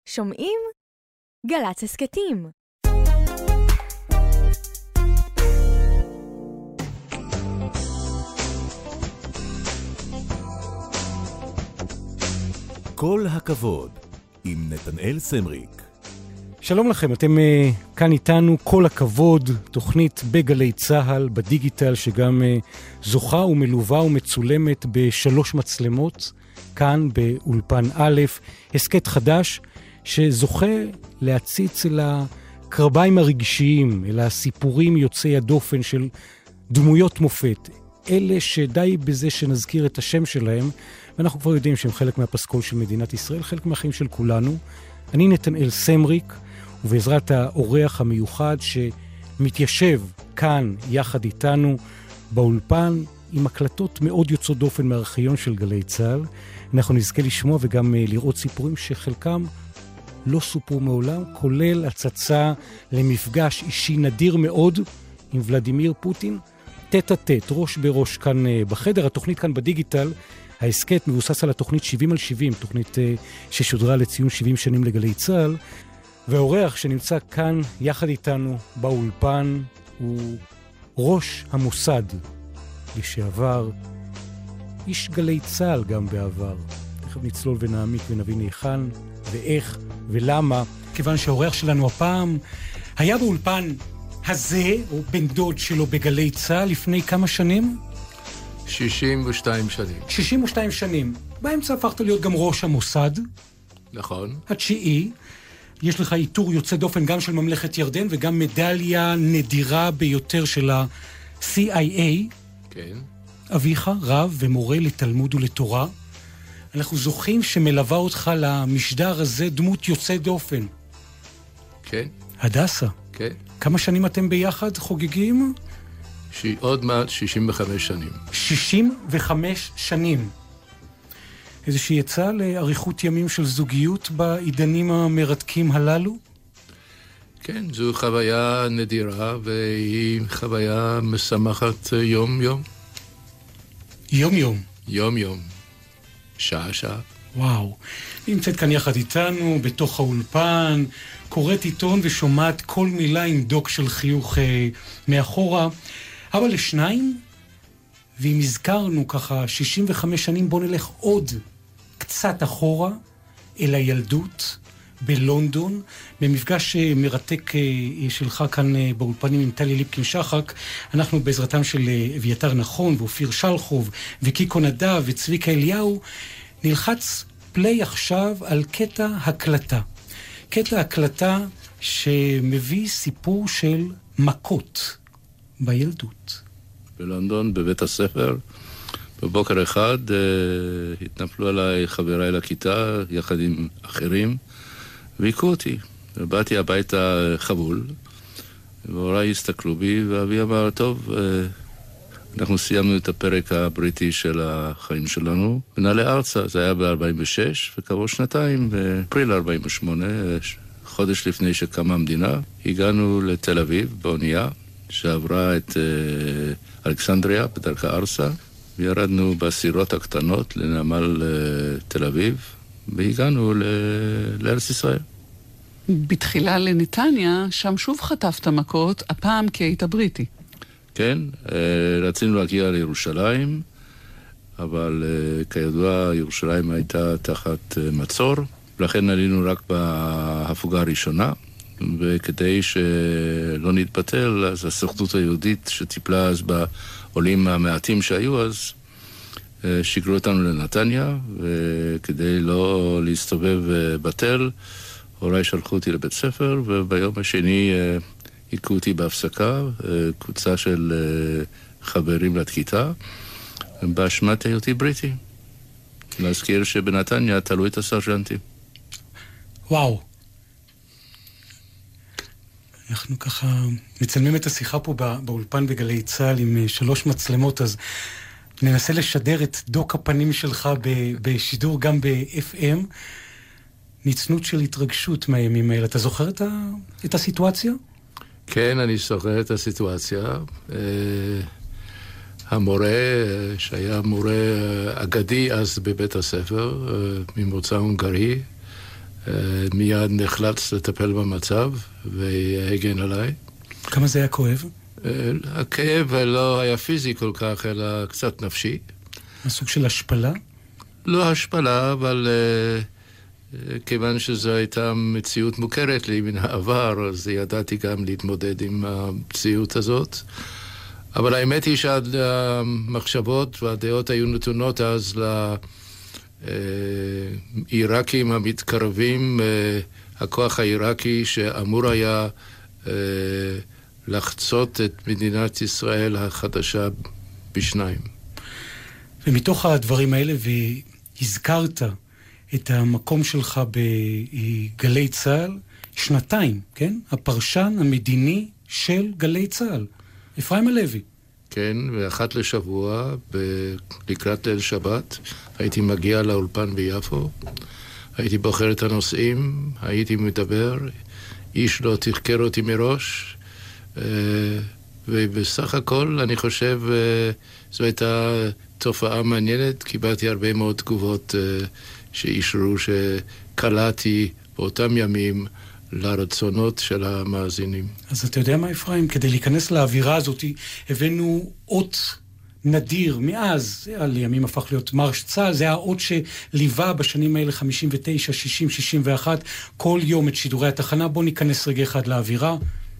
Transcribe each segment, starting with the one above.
שומעים? גל"צ הסכתים. כל הכבוד עם נתנאל סמריק. שלום לכם, אתם כאן איתנו, כל הכבוד, תוכנית בגלי צהל, בדיגיטל, שגם זוכה ומלווה ומצולמת בשלוש מצלמות, כאן באולפן א', הסקט חדש, שזוכה להציץ אל הקרביים הרגשיים, אל הסיפורים יוצאי הדופן של דמויות מופת, אלה שדי בזה שנזכיר את השם שלהם, ואנחנו כבר יודעים שהם חלק מהפסקול של מדינת ישראל, חלק מהחיים של כולנו. אני נתנאל סמריק, ובעזרת האורח המיוחד שמתיישב כאן יחד איתנו באולפן, עם הקלטות מאוד יוצאות דופן מהארכיון של גלי צהל, אנחנו נזכה לשמוע וגם לראות סיפורים שחלקם לא סופרו מעולם, כולל הצצה למפגש אישי נדיר מאוד עם ולדימיר פוטין, תת-תת, ראש בראש כאן בחדר. התוכנית כאן בדיגיטל, ההסקט מבוסס על התוכנית 70/70, תוכנית ששודרה לציון 70 שנים לגלי צהל, והאורח שנמצא כאן יחד איתנו באולפן הוא ראש המוסד לשעבר, איש גלי צהל גם בעבר. תכף נצלול ונעמיק ונבין היכן ואיך ולמה, כיוון שהאורח שלנו הפעם היה באולפן הזה, או בן דוד שלו בגלי צהל, לפני כמה שנים? 62 שנים. 62 שנים. באמצע הפכת להיות גם ראש המוסד. נכון. התשיעי. יש לך איתור יוצא דופן גם של ממלכת ירדן, וגם מדליה נדירה ביותר של ה-CIA. כן. אביך, רב ומורה לתלמוד ולתורה. אנחנו זוכים שמלווה אותך למשדר הזה דמות יוצא דופן. כן. הדסה. כן. כמה שנים אתם ביחד חוגגים? עוד מעט 65 שנים. 65 שנים. איזושהי עצה לאריכות ימים של זוגיות בעידנים המרתקים הללו? כן, זו חוויה נדירה, והיא חוויה משמחת יום-יום. יום-יום? יום-יום. שעה-שעה. וואו. היא נמצאת כאן יחד איתנו, בתוך האולפן, קוראת עיתון ושומעת כל מילה עם דוק של חיוך מאחורה. אבל לשניים, ואם הזכרנו ככה 65 שנים, בוא נלך עוד קצת אחורה אל הילדות בלונדון, במפגש מרתק שלך כאן באולפנים עם טלי ליפקין שחק. אנחנו בעזרתם של אביתר נכון ואופיר שלחוב וקיקו נדב וצביקה אליהו, נלחץ פליי עכשיו על קטע הקלטה. קטע הקלטה שמביא סיפור של מכות בילדות. בלונדון, בבית הספר, בבוקר אחד התנפלו עליי חבריי לכיתה, יחד עם אחרים, והיכו אותי. באתי הביתה חבול, והוריי הסתכלו בי, ואבי אמר, טוב, אנחנו סיימנו את הפרק הבריטי של החיים שלנו, ונעלה ארצה. זה היה ב-46, וכעבור שנתיים, באפריל 48, חודש לפני שקמה המדינה, הגענו לתל אביב באונייה, שעברה את אלכסנדריה בדרכה ארצה, וירדנו בסירות הקטנות לנמל תל אביב, והגענו לארץ ישראל. בתחילה לנתניה, שם שוב חטפת מכות, הפעם כי היית בריטי. כן, רצינו להגיע לירושלים, אבל כידוע ירושלים הייתה תחת מצור, ולכן עלינו רק בהפוגה הראשונה, וכדי שלא נתבטל, אז הסוכנות היהודית שטיפלה אז בעולים המעטים שהיו אז, שיגרו אותנו לנתניה, וכדי לא להסתובב בתל, הוריי שלחו אותי לבית ספר, וביום השני היכו אותי בהפסקה, קבוצה של חברים לכיתה, באשמת היותי בריטי. להזכיר שבנתניה תלו את הסרג'נטים. וואו. אנחנו ככה מצלמים את השיחה פה באולפן בגלי צהל עם 3 מצלמות, אז ננסה לשדר את דוק הפנים שלך בשידור גם ב-FM. ניצנות של התרגשות מהימים האלה. אתה זוכר את הסיטואציה? כן, אני זוכר את הסיטואציה. המורה, שהיה מורה אגדי אז בבית הספר, ממוצא הונגרי, מיד נחלץ לטפל במצב והגן עליי. כמה זה היה כואב? הכאב לא היה פיזי כל כך, אלא קצת נפשי. הסוג של השפלה? לא השפלה, אבל כיוון שזו הייתה מציאות מוכרת לי מן העבר, אז ידעתי גם להתמודד עם המציאות הזאת. אבל האמת היא שהמחשבות והדעות היו נתונות אז לעיראקים המתקרבים, הכוח העיראקי שאמור היה לחצות את מדינת ישראל החדשה בשניים. ומתוך הדברים האלה, והזכרת את המקום שלך בגלי צהל, שנתיים, כן? הפרשן המדיני של גלי צהל, אפרים הלוי. כן, ואחת לשבוע, לקראת ליל שבת, הייתי מגיע לאולפן ביפו, הייתי בוחר את הנושאים, הייתי מדבר, איש לא תחקר אותי מראש, ובסך הכל אני חושב זו הייתה תופעה מעניינת, קיבלתי הרבה מאוד תגובות שאישרו שקלעתי באותם ימים לרצונות של המאזינים. אז אתה יודע מה, אפרים? כדי להיכנס לאווירה הזאת, הבאנו אות נדיר מאז, על ימים הפך להיות מרש צה"ל, זה האות שליווה בשנים האלה 59, 60, 61, כל יום את שידורי התחנה. בוא ניכנס רגע אחד לאווירה.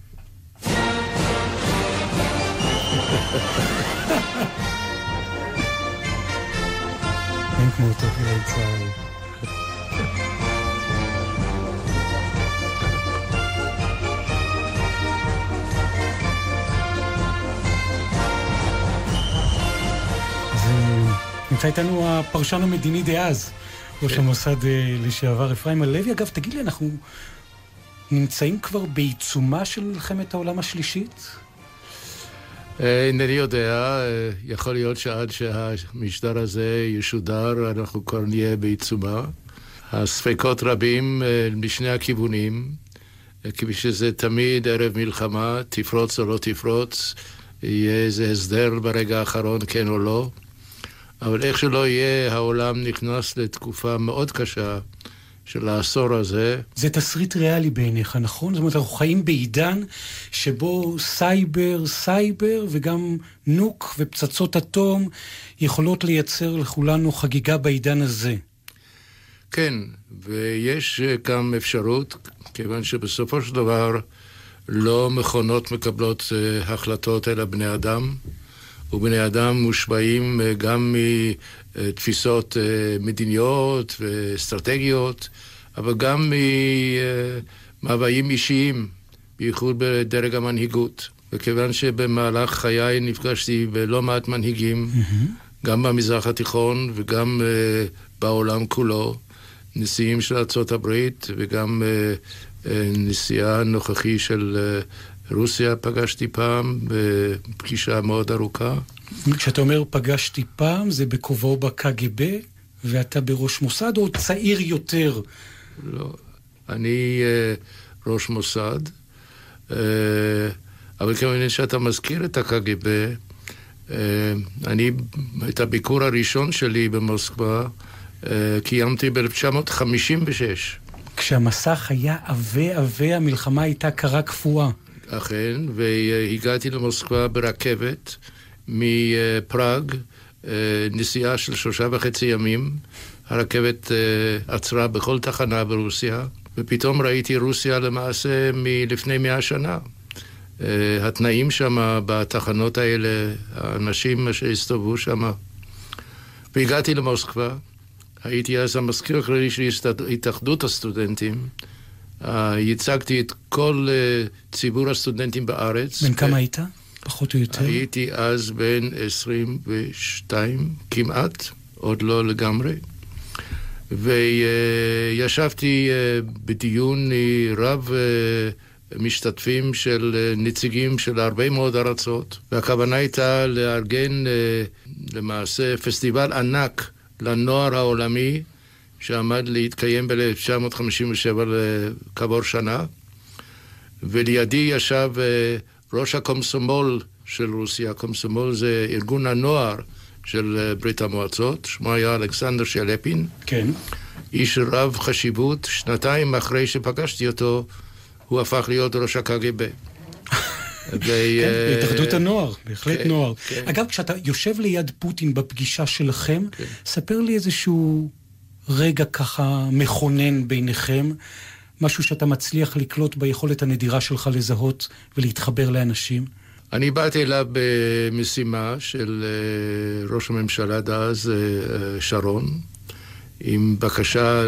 אין כמו אותו גלי צה"ל. נמצא איתנו הפרשן המדיני דאז, ראש המוסד לשעבר אפרים הלוי. אגב, תגיד לי, אנחנו נמצאים כבר בעיצומה של מלחמת העולם השלישית? אינני יודע, יכול להיות שעד שהמשדר הזה ישודר, אנחנו כבר נהיה בעיצומה. הספקות רבים משני הכיוונים, כפי שזה תמיד ערב מלחמה, תפרוץ או לא תפרוץ, יהיה איזה הסדר ברגע האחרון, כן או לא. אבל איך שלא יהיה, העולם נכנס לתקופה מאוד קשה של העשור הזה. זה תסריט ריאלי בעיניך, נכון? זאת אומרת, אנחנו חיים בעידן שבו סייבר וגם נוק ופצצות אטום יכולות לייצר לכולנו חגיגה בעידן הזה. כן, ויש גם אפשרות, כיוון שבסופו של דבר לא מכונות מקבלות החלטות אלא בני אדם, ובני אדם מושפעים גם מתפיסות מדיניות ואסטרטגיות, אבל גם ממאוויים אישיים, בייחוד בדרג המנהיגות. וכיוון שבמהלך חיי נפגשתי בלא מעט מנהיגים, גם במזרח התיכון וגם בעולם כולו, נשיאים של ארצות הברית וגם נשיאה הנוכחי של רוסיה פגשתי פעם בפגישה מאוד ארוכה. כשאתה אומר פגשתי פעם, זה בכובעו בקג"ב, ואתה בראש מוסד או צעיר יותר? לא, אני ראש מוסד, אבל כמובן שאתה מזכיר את הקג"ב, את הביקור הראשון שלי במוסקבה קיימתי ב-1956. כשהמסך היה עבה, המלחמה הייתה קרה קפואה. אכן, והגעתי למוסקבה ברכבת מפראג, נסיעה של 3.5 ימים. הרכבת עצרה בכל תחנה ברוסיה, ופתאום ראיתי רוסיה למעשה מלפני 100 שנה. התנאים שם בתחנות האלה, האנשים שהסתובבו שם. והגעתי למוסקבה, הייתי אז המזכיר הכללי של התאחדות הסטודנטים, ייצגתי את כל ציבור הסטודנטים בארץ. בן כמה היית? פחות או יותר? הייתי אז בן 22 כמעט, עוד לא לגמרי. וישבתי בדיון רב משתתפים של נציגים של הרבה מאוד ארצות, והכוונה הייתה לארגן למעשה פסטיבל ענק לנוער העולמי, שעמד להתקיים ב-1957 כעבור שנה, ולידי ישב ראש הקומסומול של רוסיה. הקומסומול זה ארגון הנוער של ברית המועצות, שמו היה אלכסנדר שלפין. כן. איש רב חשיבות. 2 אחרי שפגשתי אותו, הוא הפך להיות ראש הקג"ב. התאחדות הנוער, בהחלט נוער. אגב, כשאתה יושב ליד פוטין בפגישה שלכם, ספר לי איזשהו רגע ככה מכונן ביניכם, משהו שאתה מצליח לקלוט ביכולת הנדירה שלך לזהות ולהתחבר לאנשים. אני באתי אליו במשימה של ראש הממשלה דאז, שרון, עם בקשה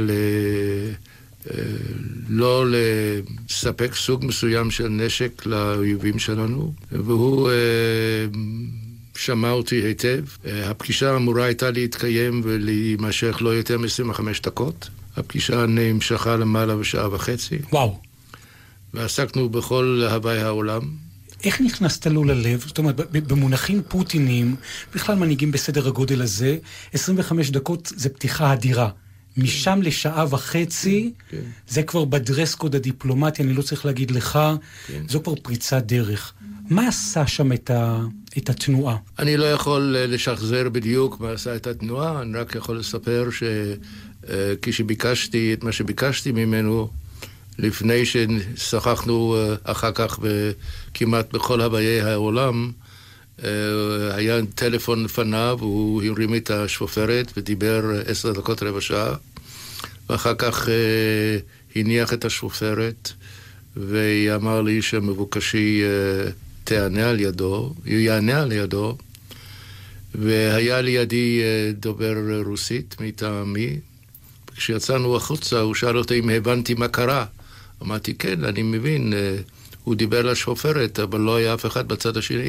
לא לספק סוג מסוים של נשק לאויבים שלנו, והוא שמע אותי היטב. הפגישה אמורה הייתה להתקיים ולהימשך לא יותר מ-25 דקות. הפגישה נמשכה למעלה בשעה וחצי. וואו. ועסקנו בכל הווי העולם. איך נכנסת לו ללב? זאת אומרת, במונחים פוטיניים, בכלל מנהיגים בסדר הגודל הזה, 25 דקות זה פתיחה אדירה. משם לשעה וחצי, זה כבר בדרס קוד הדיפלומטי, אני לא צריך להגיד לך, זו כבר פריצת דרך. מה עשה שם את התנועה? אני לא יכול לשחזר בדיוק מה עשה את התנועה, אני רק יכול לספר כשביקשתי את מה שביקשתי ממנו, לפני ששוחחנו אחר כך כמעט בכל הוויי העולם, היה טלפון לפניו, הוא הרים את השופרת ודיבר 10 דקות רבע שעה, ואחר כך הניח את השופרת ואמר לי שמבוקשי יענה על ידו, והיה לידי דובר רוסית מטעמי. כשיצאנו החוצה הוא שאל אותי אם הבנתי מה קרה. אמרתי כן, אני מבין, הוא דיבר לשופרת, אבל לא היה אף אחד בצד השני.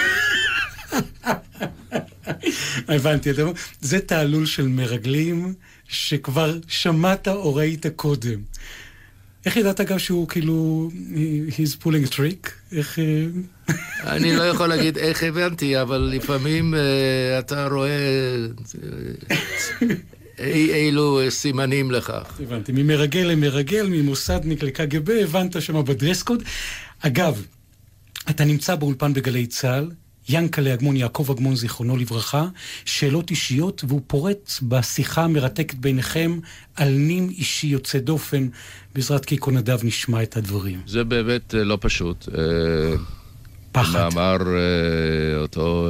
הבנתי, זה תעלול של מרגלים שכבר שמעת או ראית קודם. איך ידעת גם שהוא כאילו, he's pulling a trick? איך... אני לא יכול להגיד איך הבנתי, אבל לפעמים אתה רואה אילו סימנים לכך. הבנתי, ממרגל למרגל, ממוסדניק לקג"ב, הבנת שמה בדרסקוד. אגב, אתה נמצא באולפן בגלי צה"ל, ינקלה אגמון, יעקב אגמון, זיכרונו לברכה, שאלות אישיות, והוא פורט בשיחה המרתקת ביניכם על נים אישי יוצא דופן. בעזרת קיקו נדב נשמע את הדברים. זה באמת לא פשוט. פחד. מאמר אותו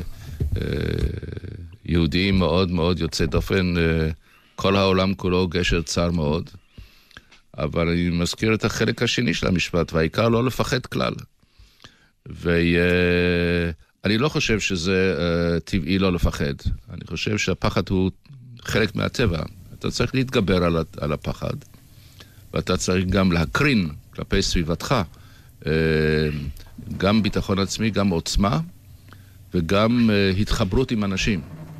יהודי מאוד מאוד יוצא דופן, כל העולם כולו גשר צר מאוד, אבל אני מזכיר את החלק השני של המשפט, והעיקר לא לפחד כלל. ואני לא חושב שזה טבעי לא לפחד. אני חושב שהפחד הוא חלק מהטבע. אתה צריך להתגבר על הפחד, ואתה צריך גם להקרין כלפי סביבתך, גם ביטחון עצמי, גם עוצמה, וגם התחברות עם אנשים.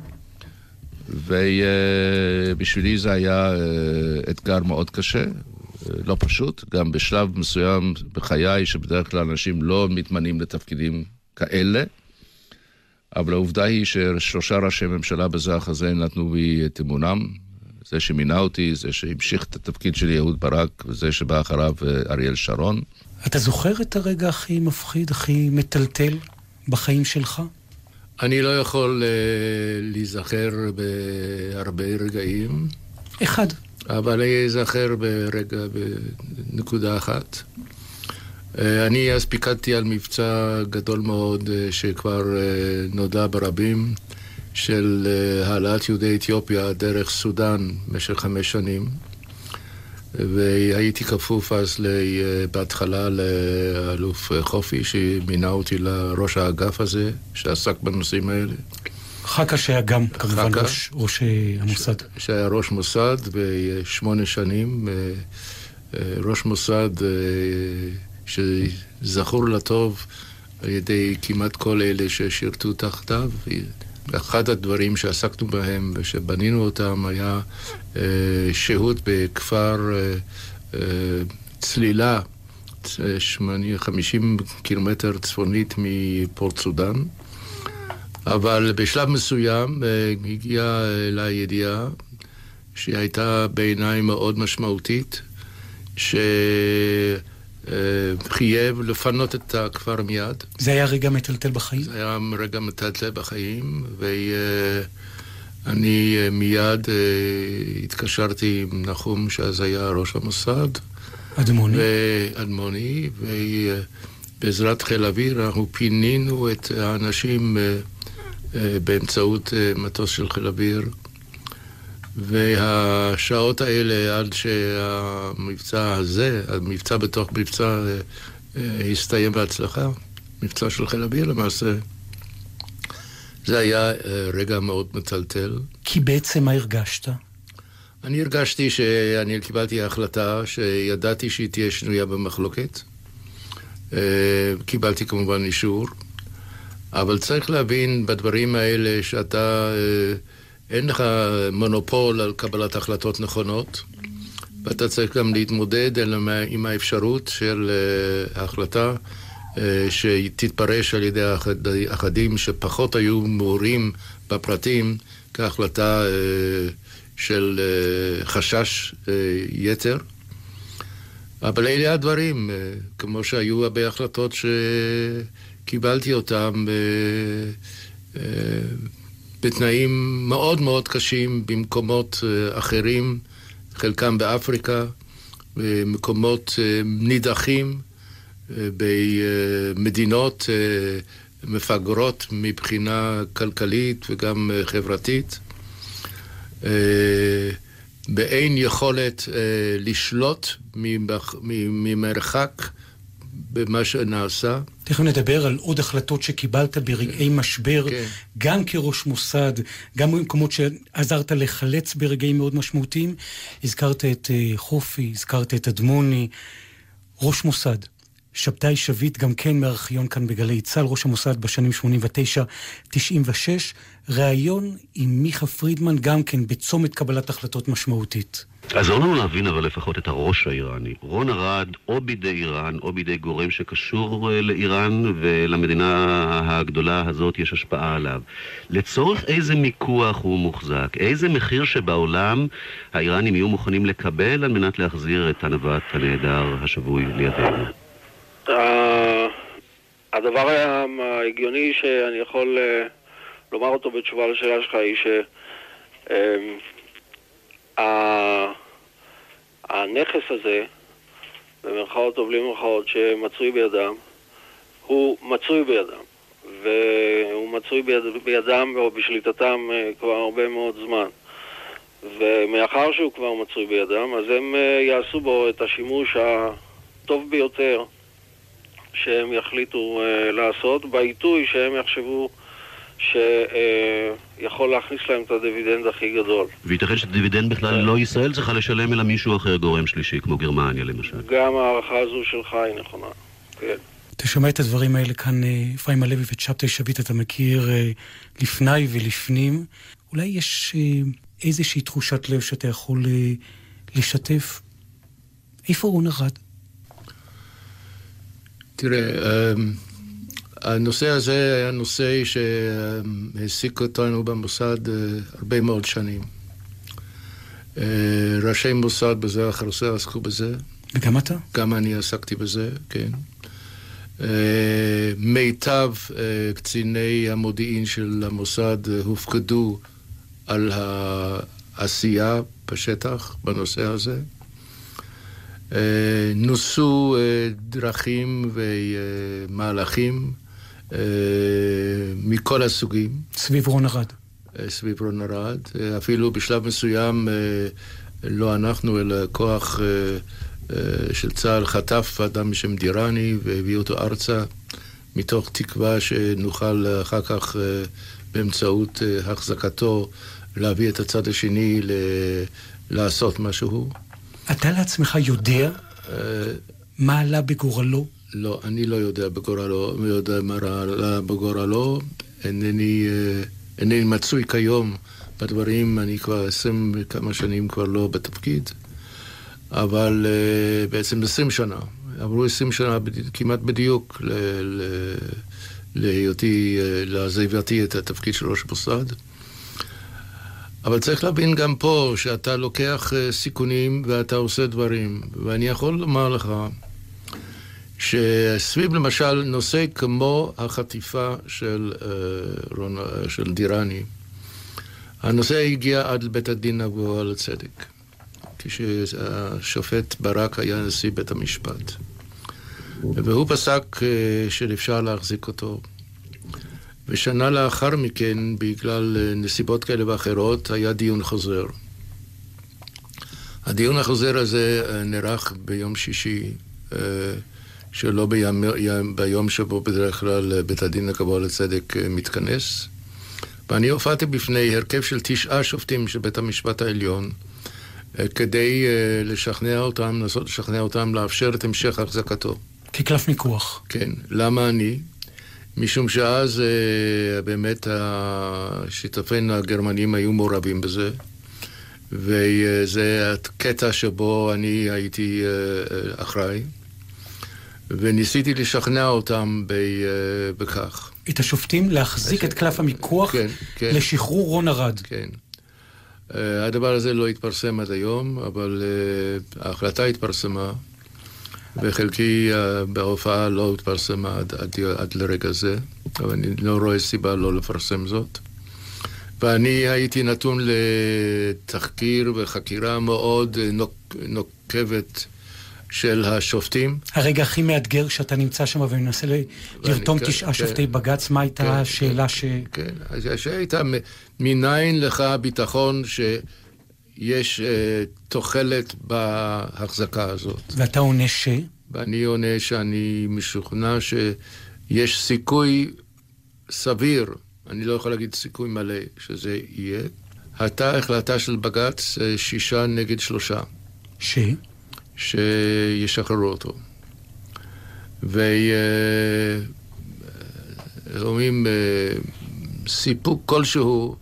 ובשבילי זה היה אתגר מאוד קשה, לא פשוט, גם בשלב מסוים בחיי שבדרך כלל אנשים לא מתמנים לתפקידים כאלה, אבל העובדה היא ש3 ראשי ממשלה בזה אחרי נתנו בי את אמונם, זה שמינה אותי, זה שהמשיך את התפקיד שלי אהוד ברק, וזה שבא אחריו אריאל שרון. אתה זוכר את הרגע הכי מפחיד, הכי מטלטל בחיים שלך? אני לא יכול להיזכר בהרבה רגעים. אחד. אבל אני אזכר בנקודה אחת. אני אז פיקדתי על מבצע גדול מאוד שכבר נודע ברבים, של העלאת יהודי אתיופיה דרך סודן במשך 5 שנים. והייתי כפוף אז בהתחלה לאלוף חופי, שמינה אותי לראש האגף הזה, שעסק בנושאים האלה. חכה שהיה גם כמובן ראש המוסד. שהיה ראש מוסד ב8 שנים, ראש מוסד שזכור לטוב על ידי כמעט כל אלה ששירתו תחתיו. אחד הדברים שעסקנו בהם ושבנינו אותם היה שהות בכפר צלילה, 50 קילומטר צפונית מפורט סודן. אבל בשלב מסוים הגיעה אליי ידיעה שהייתה בעיניי מאוד משמעותית, שחייב לפנות את הכפר מיד. זה היה רגע מטלטל בחיים? זה היה רגע מטלטל בחיים, אני מיד התקשרתי עם נחום, שאז היה ראש המוסד. אדמוני, ובעזרת חיל אוויר אנחנו פינינו את האנשים באמצעות מטוס של חיל אוויר. והשעות האלה עד שהמבצע הזה, המבצע בתוך מבצע, הסתיים בהצלחה, מבצע של חיל אוויר למעשה, זה היה רגע מאוד מטלטל. כי בעצם מה הרגשת? אני הרגשתי שאני קיבלתי החלטה שידעתי שהיא תהיה שנויה במחלוקת. קיבלתי כמובן אישור, אבל צריך להבין בדברים האלה שאתה, אין לך מונופול על קבלת החלטות נכונות, ואתה צריך גם להתמודד עם האפשרות של ההחלטה שתתפרש על ידי אחדים שפחות היו מעורים בפרטים כהחלטה של חשש יתר. אבל אלה הדברים, כמו שהיו הרבה החלטות שקיבלתי אותם בתנאים מאוד מאוד קשים במקומות אחרים, חלקם באפריקה, במקומות נידחים, במדינות מפגרות מבחינה כלכלית וגם חברתית. באין יכולת לשלוט ממרחק במה שנעשה. תכף נדבר על עוד החלטות שקיבלת ברגעי משבר, כן. גם כראש מוסד, גם במקומות שעזרת לחלץ ברגעים מאוד משמעותיים. הזכרת את חופי, הזכרת את אדמוני, ראש מוסד. שבתאי שביט, גם כן מארכיון כאן בגלי צה"ל, ראש המוסד בשנים 89-96, ראיון עם מיכה פרידמן, גם כן בצומת קבלת החלטות משמעותית. עזור לנו להבין אבל לפחות את הראש האיראני. רון ארד או בידי איראן או בידי גורם שקשור לאיראן ולמדינה הגדולה הזאת יש השפעה עליו. לצורך איזה מיקוח הוא מוחזק? איזה מחיר שבעולם האיראנים יהיו מוכנים לקבל על מנת להחזיר את הנווט הנהדר השבוי לידינו? הדבר ההגיוני שאני יכול לומר אותו בתשובה לשאלה שלך היא שהנכס הזה, במרכאות או בלי מרכאות, שמצוי בידם, הוא מצוי בידם. והוא מצוי בידם או בשליטתם כבר הרבה מאוד זמן. ומאחר שהוא כבר מצוי בידם, אז הם יעשו בו את השימוש הטוב ביותר שהם יחליטו לעשות, בעיתוי שהם יחשבו שיכול להכניס להם את הדיבידנד הכי גדול. וייתכן שדיבידנד בכלל לא ישראל צריכה לשלם אלא מישהו אחר, גורם שלישי, כמו גרמניה למשל. גם הערכה הזו שלך היא נכונה, כן. אתה שומע את הדברים האלה כאן, אפרים הלוי ואת שבתאי שביט, אתה מכיר לפני ולפנים. אולי יש איזושהי תחושת לב שאתה יכול לשתף? איפה רון ארד? תראה, הנושא הזה היה נושא שהעסיק אותנו במוסד הרבה מאוד שנים. ראשי מוסד בזה אחר זה עסקו בזה. וגם אתה? גם אני עסקתי בזה, כן. מיטב קציני המודיעין של המוסד הופקדו על העשייה בשטח בנושא הזה. נוסו דרכים ומהלכים מכל הסוגים. סביב רון ארד. סביב רון ארד. אפילו בשלב מסוים, לא אנחנו, אלא כוח של צה"ל חטף אדם בשם דירני והביא אותו ארצה, מתוך תקווה שנוכל אחר כך באמצעות החזקתו להביא את הצד השני לעשות משהו. אתה לעצמך יודע מה עלה בגורלו? לא, אני לא יודע בגורלו, אני יודע מה עלה בגורלו. אינני מצוי כיום בדברים, אני כבר 20 כמה שנים כבר לא בתפקיד, אבל בעצם 20 שנה. עברו 20 שנה כמעט בדיוק לעזיבתי את התפקיד של ראש המוסד. אבל צריך להבין גם פה שאתה לוקח סיכונים ואתה עושה דברים. ואני יכול לומר לך שסביב למשל נושא כמו החטיפה של דירני, הנושא הגיע עד בית הדין הגבוה לצדק, כשהשופט ברק היה נשיא בית המשפט. והוא פסק שאפשר להחזיק אותו. ושנה לאחר מכן, בגלל נסיבות כאלה ואחרות, היה דיון חוזר. הדיון החוזר הזה נערך ביום שישי, שלא ביום שבו בדרך כלל בית הדין הגבוה לצדק מתכנס. ואני הופעתי בפני הרכב של 9 שופטים של בית המשפט העליון, כדי לנסות לשכנע אותם לאפשר את המשך החזקתו. כקלף מיקוח. כן. למה אני? משום שאז באמת השיתופינו הגרמנים היו מעורבים בזה, וזה הקטע שבו אני הייתי אחראי, וניסיתי לשכנע אותם בכך. את השופטים להחזיק את קלף המיקוח כן, כן. לשחרור רון ארד. כן. הדבר הזה לא התפרסם עד היום, אבל ההחלטה התפרסמה, וחלקי בהופעה לא התפרסמה עד לרגע זה, אבל אני לא רואה סיבה לא לפרסם זאת. ואני הייתי נתון לתחקיר וחקירה מאוד נוקבת של השופטים. הרגע הכי מאתגר שאתה נמצא שם ומנסה לרתום 9 שופטי בג"ץ, מה הייתה השאלה ש... כן, השאלה הייתה, מניין לך ביטחון שיש תוחלת בהחזקה הזאת. ואתה עונה ש? ואני עונה שאני משוכנע שיש סיכוי סביר, אני לא יכול להגיד סיכוי מלא שזה יהיה. הייתה החלטה של בג"ץ 6 נגד 3. שישחררו אותו. ואומרים סיפוק כלשהו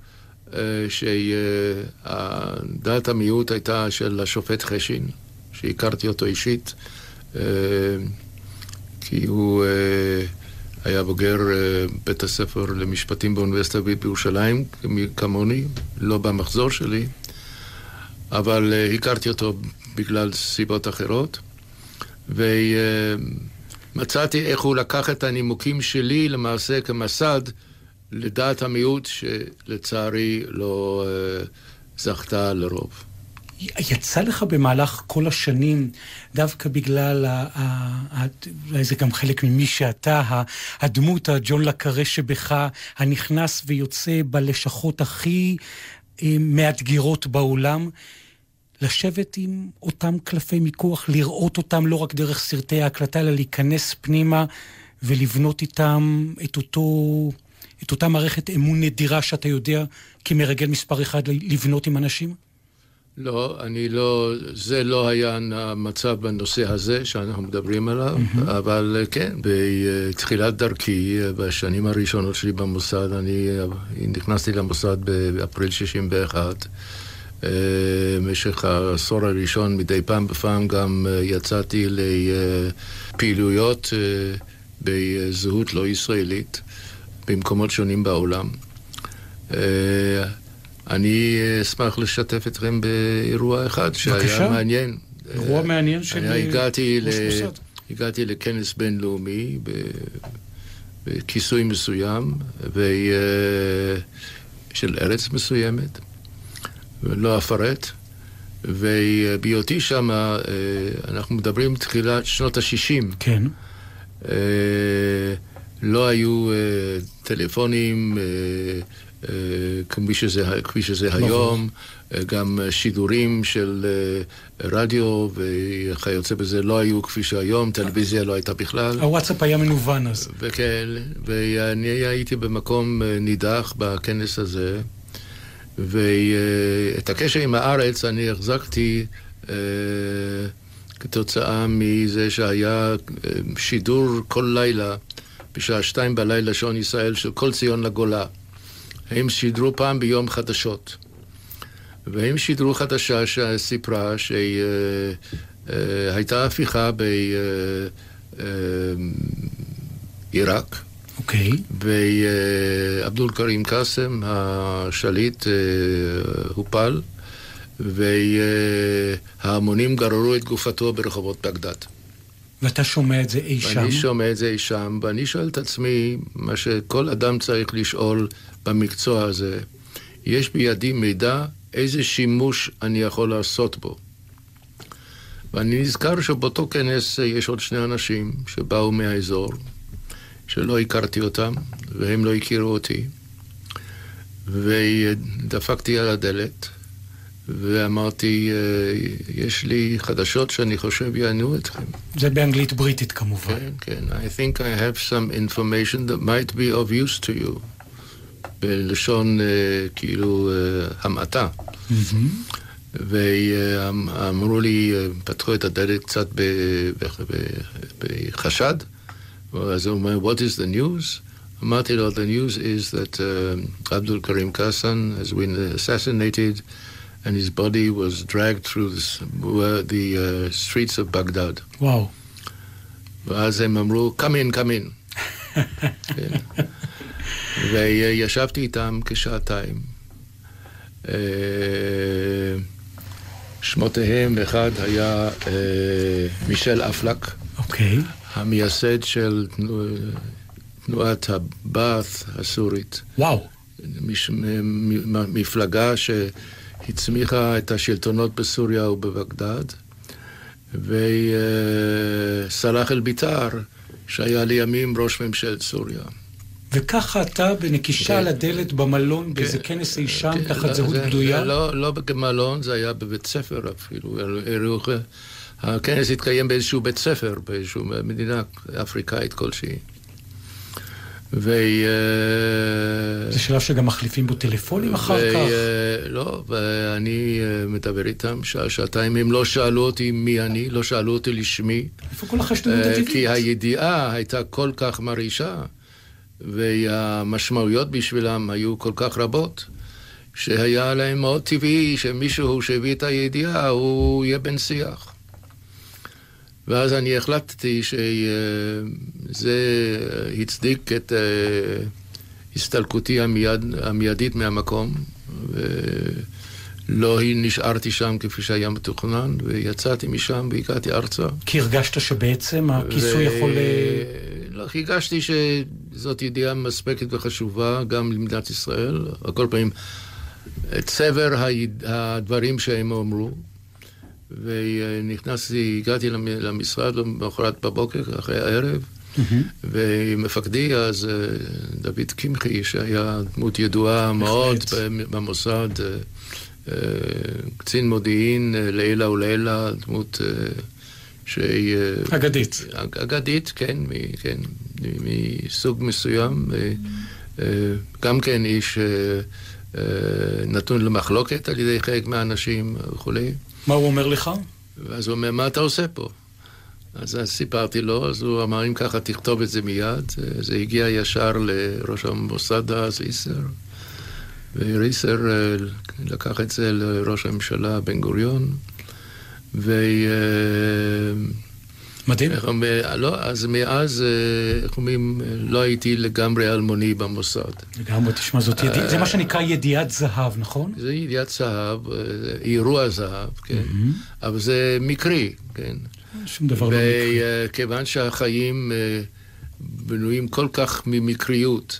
שדעת המיעוט הייתה של השופט חשין, שהכרתי אותו אישית, כי הוא היה בוגר בית הספר למשפטים באוניברסיטה בירושלים, כמוני, לא במחזור שלי, אבל הכרתי אותו בגלל סיבות אחרות, ומצאתי איך הוא לקח את הנימוקים שלי למעשה כמסד לדעת המיעוט שלצערי לא זכתה לרוב. יצא לך במהלך כל השנים, דווקא בגלל, זה גם חלק ממי שאתה, הדמות, הג'ון לקרה שבך, הנכנס ויוצא בלשכות הכי מאתגרות בעולם, לשבת עם אותם קלפי מיקוח, לראות אותם לא רק דרך סרטי ההקלטה, אלא להיכנס פנימה ולבנות איתם את אותה מערכת אמון נדירה שאתה יודע כמרגל מספר 1 לבנות עם אנשים? לא, זה לא היה המצב בנושא הזה שאנחנו מדברים עליו, אבל כן, בתחילת דרכי, בשנים הראשונות שלי במוסד, אני נכנסתי למוסד באפריל 61, במשך העשור הראשון, מדי פעם בפעם גם יצאתי לפעילויות בזהות לא ישראלית, במקומות שונים בעולם. אני אשמח לשתף אתכם באירוע אחד שהיה מעניין. אירוע מעניין של הגעתי לכנס בינלאומי בכיסוי מסוים של ארץ מסוימת, ולא אפרט, ובהיותי שם, אנחנו מדברים תחילת שנות ה-60. כן. לא היו טלפונים כפי שזה היום, גם שידורים של רדיו וכיוצא בזה לא היו כפי שהיום, טלוויזיה לא הייתה בכלל. הוואטסאפ היה מנוון אז. וכן, ואני הייתי במקום נידח בכנס הזה, ואת הקשר עם הארץ אני החזקתי כתוצאה מזה שהיה שידור כל לילה, בשעה 2 בלילה שעון ישראל של כל ציון לגולה. הם שידרו פעם ביום חדשות. והם שידרו חדשה שסיפרה שהייתה הפיכה בעיראק. אוקיי. ועבדול כרים קאסם, השליט, הופל, וההמונים גררו את גופתו ברחובות בגדד. ואתה שומע את זה אי שם? ואני שומע את זה אי שם, ואני שואל את עצמי, מה שכל אדם צריך לשאול במקצוע הזה, יש בידי מידע איזה שימוש אני יכול לעשות בו. ואני נזכר שבאותו כנס יש עוד 2 אנשים שבאו מהאזור, שלא הכרתי אותם, והם לא הכירו אותי. ודפקתי על הדלת, ואמרתי, יש לי חדשות שאני חושב יענו אתכם. זה באנגלית בריטית כמובן. כן, כן. I think I have some information that might be of use to you. בלשון כאילו המעטה. ואמרו לי, פתחו את הדלת קצת בחשד, אז הוא אומר, what is the news? אמרתי לו, the news is that Abdul Karim Kassan has been assassinated and his body was dragged through the streets of Baghdad. וואו. ואז הם אמרו, come in, come in. וישבתי איתם כשעתיים. שמותיהם, אחד היה מישל אפלק, המייסד של תנועת הבאת' הסורית. וואו. מפלגה שהצמיחה את השלטונות בסוריה ובבגדד, וסלאח אל-ביטר, שהיה לימים ראש ממשלת סוריה. וככה אתה בנקישה על הדלת במלון, באיזה כנס אי שם, תחת זהות בדויה? לא במלון, זה היה בבית ספר אפילו. הכנס התקיים באיזשהו בית ספר, באיזשהו מדינה אפריקאית כלשהי. זה שלב שגם מחליפים בו טלפונים אחר כך? לא, ואני מדבר איתם שעתיים, הם לא שאלו אותי מי אני, לא שאלו אותי לשמי. איפה כל החשדנות הטבעית? כי הידיעה הייתה כל כך מרעישה, והמשמעויות בשבילם היו כל כך רבות, שהיה להם מאוד טבעי שמישהו שהביא את הידיעה הוא יהיה בן שיח. ואז אני החלטתי שזה הצדיק את הסתלקותי המיידית מהמקום, ולא נשארתי שם כפי שהיה מתוכנן, ויצאתי משם והגעתי ארצה. כי הרגשת שבעצם הכיסוי יכול... לא, הרגשתי שזאת ידיעה מספקת וחשובה גם למדינת ישראל, על כל פעמים צבר הדברים שהם אמרו, ונכנסתי, הגעתי למשרד למחרת בבוקר, אחרי הערב, ומפקדי אז, דוד קמחי, שהיה דמות ידועה מאוד במוסד, קצין מודיעין, לילה ולילה, דמות שהיא... אגדית. אגדית, כן, מסוג מסוים, גם כן איש נתון למחלוקת על ידי חלק מהאנשים וכולי. מה הוא אומר לך? ואז הוא אומר, מה אתה עושה פה? אז סיפרתי לו, אז הוא אמר, אם ככה תכתוב את זה מיד. זה הגיע ישר לראש המוסד אז, ריסר, וריסר לקח את זה לראש הממשלה בן גוריון, מדהים. לא, אז מאז, איך אומרים, לא הייתי לגמרי אלמוני במוסד. לגמרי, תשמע, זה מה שנקרא ידיעת זהב, נכון? זה ידיעת זהב, אירוע זהב, כן. אבל זה מקרי, כן. שום דבר לא מקרי. וכיוון שהחיים בנויים כל כך ממקריות,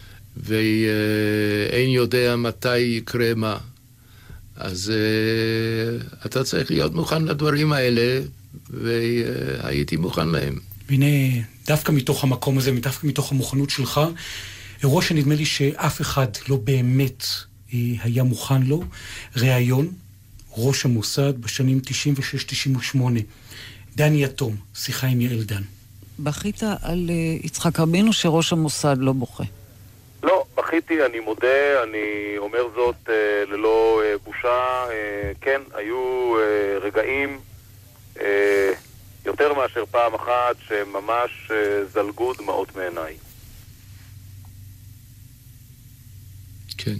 ואין יודע מתי יקרה מה, אז אתה צריך להיות מוכן לדברים האלה, והייתי מוכן להם. והנה, דווקא מתוך המקום הזה, דווקא מתוך המוכנות שלך, אירוע שנדמה לי שאף אחד לא באמת היה מוכן לו, ראיון, ראש המוסד בשנים 96-98, דני יתום, שיחה עם יעל דן. בכית על יצחק רבין או שראש המוסד לא בוכה? לא, בכיתי, אני מודה, אני אומר זאת ללא בושה. כן, היו רגעים יותר מאשר פעם אחת שממש זלגו דמעות מעיניי. כן.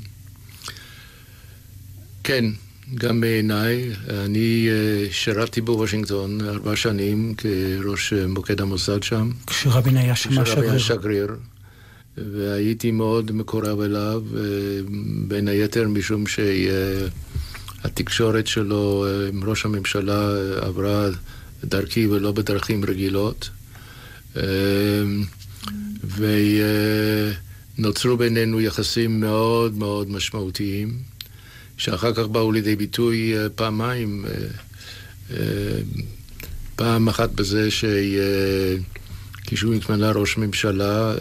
כן, גם בעיניי. אני שירתי בוושינגטון 4 שנים כראש מוקד המוסד שם. כשרבין היה שם שגריר. והייתי מאוד מקורב אליו, בין היתר משום שהתקשורת שלו עם ראש הממשלה עברה דרכי ולא בדרכים רגילות. נוצרו בינינו יחסים מאוד מאוד משמעותיים, שאחר כך באו לידי ביטוי פעמיים. פעם אחת בזה כשהוא התמנה ראש ממשלה,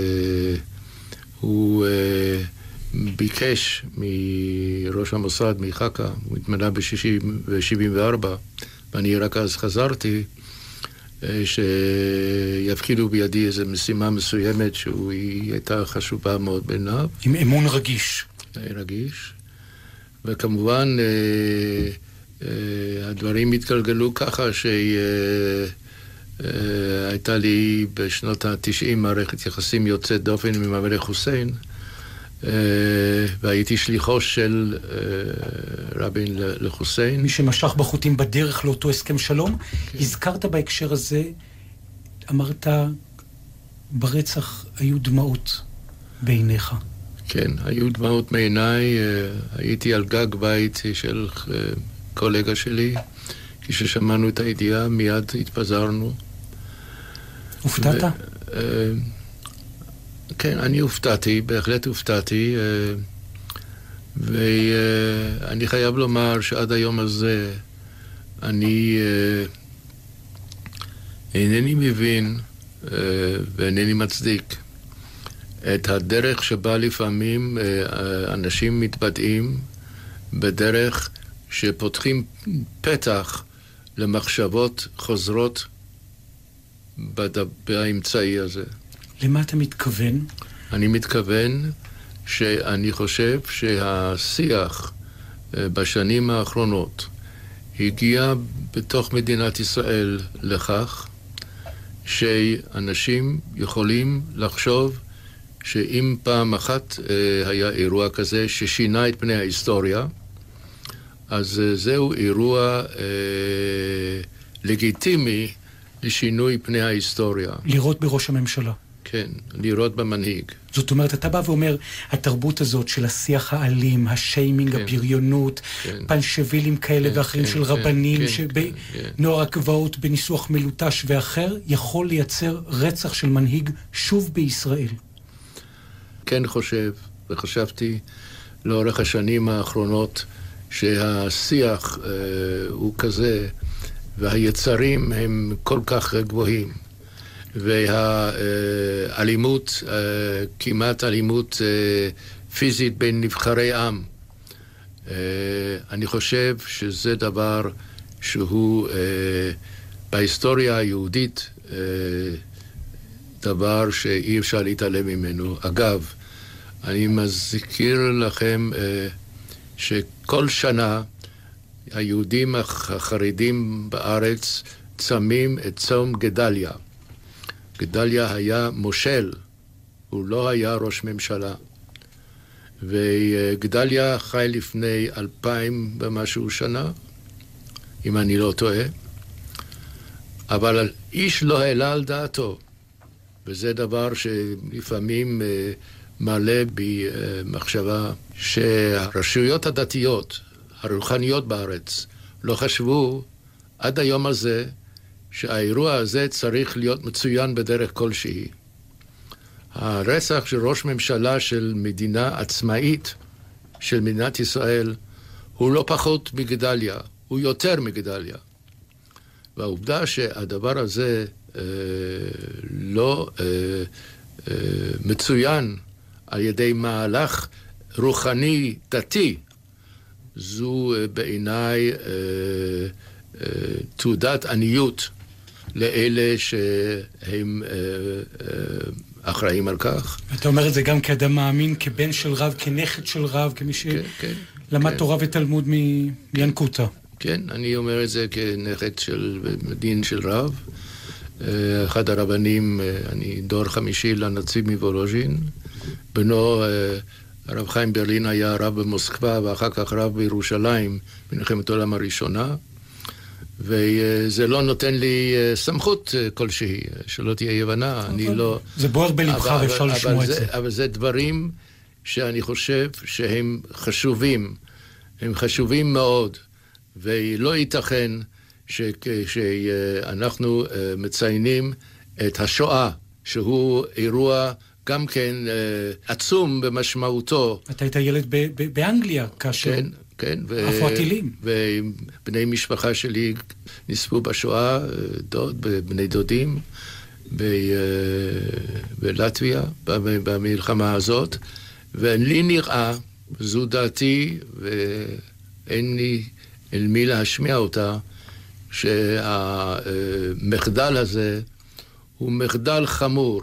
הוא ביקש מראש המוסד, מחכה, הוא התמנה ב-74, ואני רק אז חזרתי, שיפקידו בידי איזו משימה מסוימת שהיא הייתה חשובה מאוד בעיניו. עם אמון רגיש. רגיש. וכמובן הדברים התגלגלו ככה שהייתה לי בשנות ה-90 מערכת יחסים יוצאת דופן עם המלך חוסיין, והייתי שליחו של רבין לחוסיין. מי שמשך בחוטים בדרך לאותו הסכם שלום. כן. הזכרת בהקשר הזה, אמרת, ברצח היו דמעות בעיניך. כן, היו דמעות מעיניי. הייתי על גג בית של קולגה שלי. כששמענו את הידיעה, מיד התפזרנו. הופתעת? כן, אני הופתעתי, בהחלט הופתעתי, ואני חייב לומר שעד היום הזה אני אינני מבין ואינני מצדיק את הדרך שבה לפעמים אנשים מתבטאים בדרך שפותחים פתח למחשבות חוזרות באמצעי הזה. למה אתה מתכוון? אני מתכוון שאני חושב שהשיח בשנים האחרונות הגיע בתוך מדינת ישראל לכך שאנשים יכולים לחשוב שאם פעם אחת היה אירוע כזה ששינה את פני ההיסטוריה, אז זהו אירוע לגיטימי לשינוי פני ההיסטוריה. לראות בראש הממשלה. כן, לראות במנהיג. זאת אומרת, אתה בא ואומר, התרבות הזאת של השיח האלים, השיימינג, כן, הבריונות, כן, פנשווילים כאלה כן, ואחרים כן, של רבנים, כן, שבנוער הגבעות, בניסוח מלוטש ואחר, יכול לייצר רצח של מנהיג שוב בישראל. כן חושב, וחשבתי לאורך השנים האחרונות, שהשיח הוא כזה, והיצרים הם כל כך גבוהים. והאלימות, כמעט אלימות פיזית בין נבחרי עם. אני חושב שזה דבר שהוא בהיסטוריה היהודית דבר שאי אפשר להתעלם ממנו. אגב, אני מזכיר לכם שכל שנה היהודים החרדים בארץ צמים את צום גדליה. גדליה היה מושל, הוא לא היה ראש ממשלה. וגדליה חי לפני 2000 ומשהו שנה, אם אני לא טועה, אבל איש לא העלה על דעתו, וזה דבר שלפעמים מעלה בי מחשבה שהרשויות הדתיות, הרוחניות בארץ, לא חשבו עד היום הזה שהאירוע הזה צריך להיות מצוין בדרך כלשהי. הרצח של ראש ממשלה של מדינה עצמאית, של מדינת ישראל, הוא לא פחות מגדליה, הוא יותר מגדליה. והעובדה שהדבר הזה לא מצוין על ידי מהלך רוחני דתי, זו בעיניי תעודת עניות לאלה שהם אחראים על כך. אתה אומר את זה גם כאדם מאמין, כבן של רב, כנכד של רב, כמי שלמד תורה ותלמוד מינקוטה. כן, אני אומר את זה כנכד של דין של רב. אחד הרבנים, אני דור חמישי לנציב מוולוז'ין. בנו, הרב חיים ברלין היה רב במוסקבה, ואחר כך רב בירושלים, במלחמת העולם הראשונה. וזה לא נותן לי סמכות כלשהי, שלא תהיה יבנה, אני לא... זה בוער בלבך ואפשר לשמוע את זה. אבל זה דברים שאני חושב שהם חשובים, הם חשובים מאוד, ולא ייתכן שאנחנו מציינים את השואה, שהוא אירוע גם כן עצום במשמעותו. אתה היית ילד באנגליה כאשר... כן, עפו הטילים. ובני משפחה שלי נספו בשואה, בני דודים, בלטביה, במלחמה הזאת, ולי נראה, זו דעתי, ואין לי אל מי להשמיע אותה, שהמחדל הזה הוא מחדל חמור.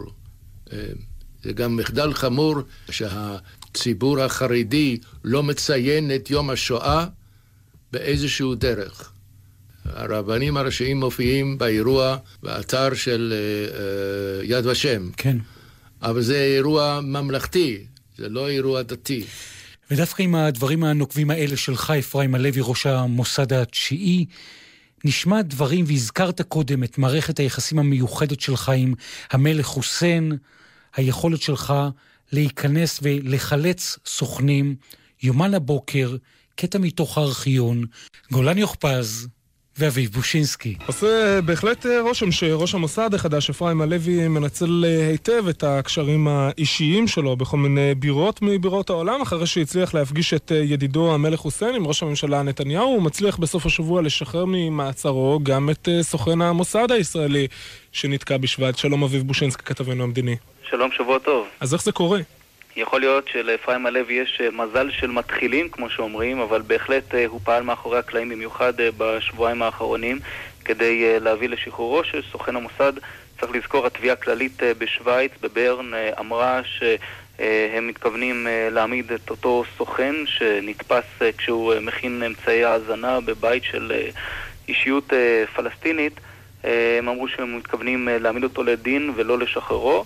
זה גם מחדל חמור שהציבור החרדי לא מציין את יום השואה באיזשהו דרך. הרבנים הראשיים מופיעים באירוע באתר של יד ושם. כן. אבל זה אירוע ממלכתי, זה לא אירוע דתי. ודווקא עם הדברים הנוקבים האלה שלך, אפרים הלוי, ראש המוסד התשיעי, נשמע דברים, והזכרת קודם את מערכת היחסים המיוחדת שלך עם המלך חוסיין, היכולת שלך להיכנס ולחלץ סוכנים, יומן הבוקר, קטע מתוך הארכיון, גולן יוחפז ואביב בושינסקי. עושה בהחלט רושם שראש המוסד החדש, אפרים הלוי, מנצל היטב את הקשרים האישיים שלו בכל מיני בירות מבירות העולם, אחרי שהצליח להפגיש את ידידו המלך חוסיין עם ראש הממשלה נתניהו. הוא מצליח בסוף השבוע לשחרר ממעצרו גם את סוכן המוסד הישראלי שנתקע בשבט. שלום אביב בושינסקי, כתבנו המדיני. שלום, שבוע טוב. אז איך זה קורה? יכול להיות שלאפרים הלוי יש מזל של מתחילים, כמו שאומרים, אבל בהחלט הוא פעל מאחורי הקלעים במיוחד בשבועיים האחרונים כדי להביא לשחרורו של סוכן המוסד. צריך לזכור, התביעה הכללית בשוויץ, בברן, אמרה שהם מתכוונים להעמיד את אותו סוכן שנתפס כשהוא מכין אמצעי האזנה בבית של אישיות פלסטינית. הם אמרו שהם מתכוונים להעמיד אותו לדין ולא לשחררו.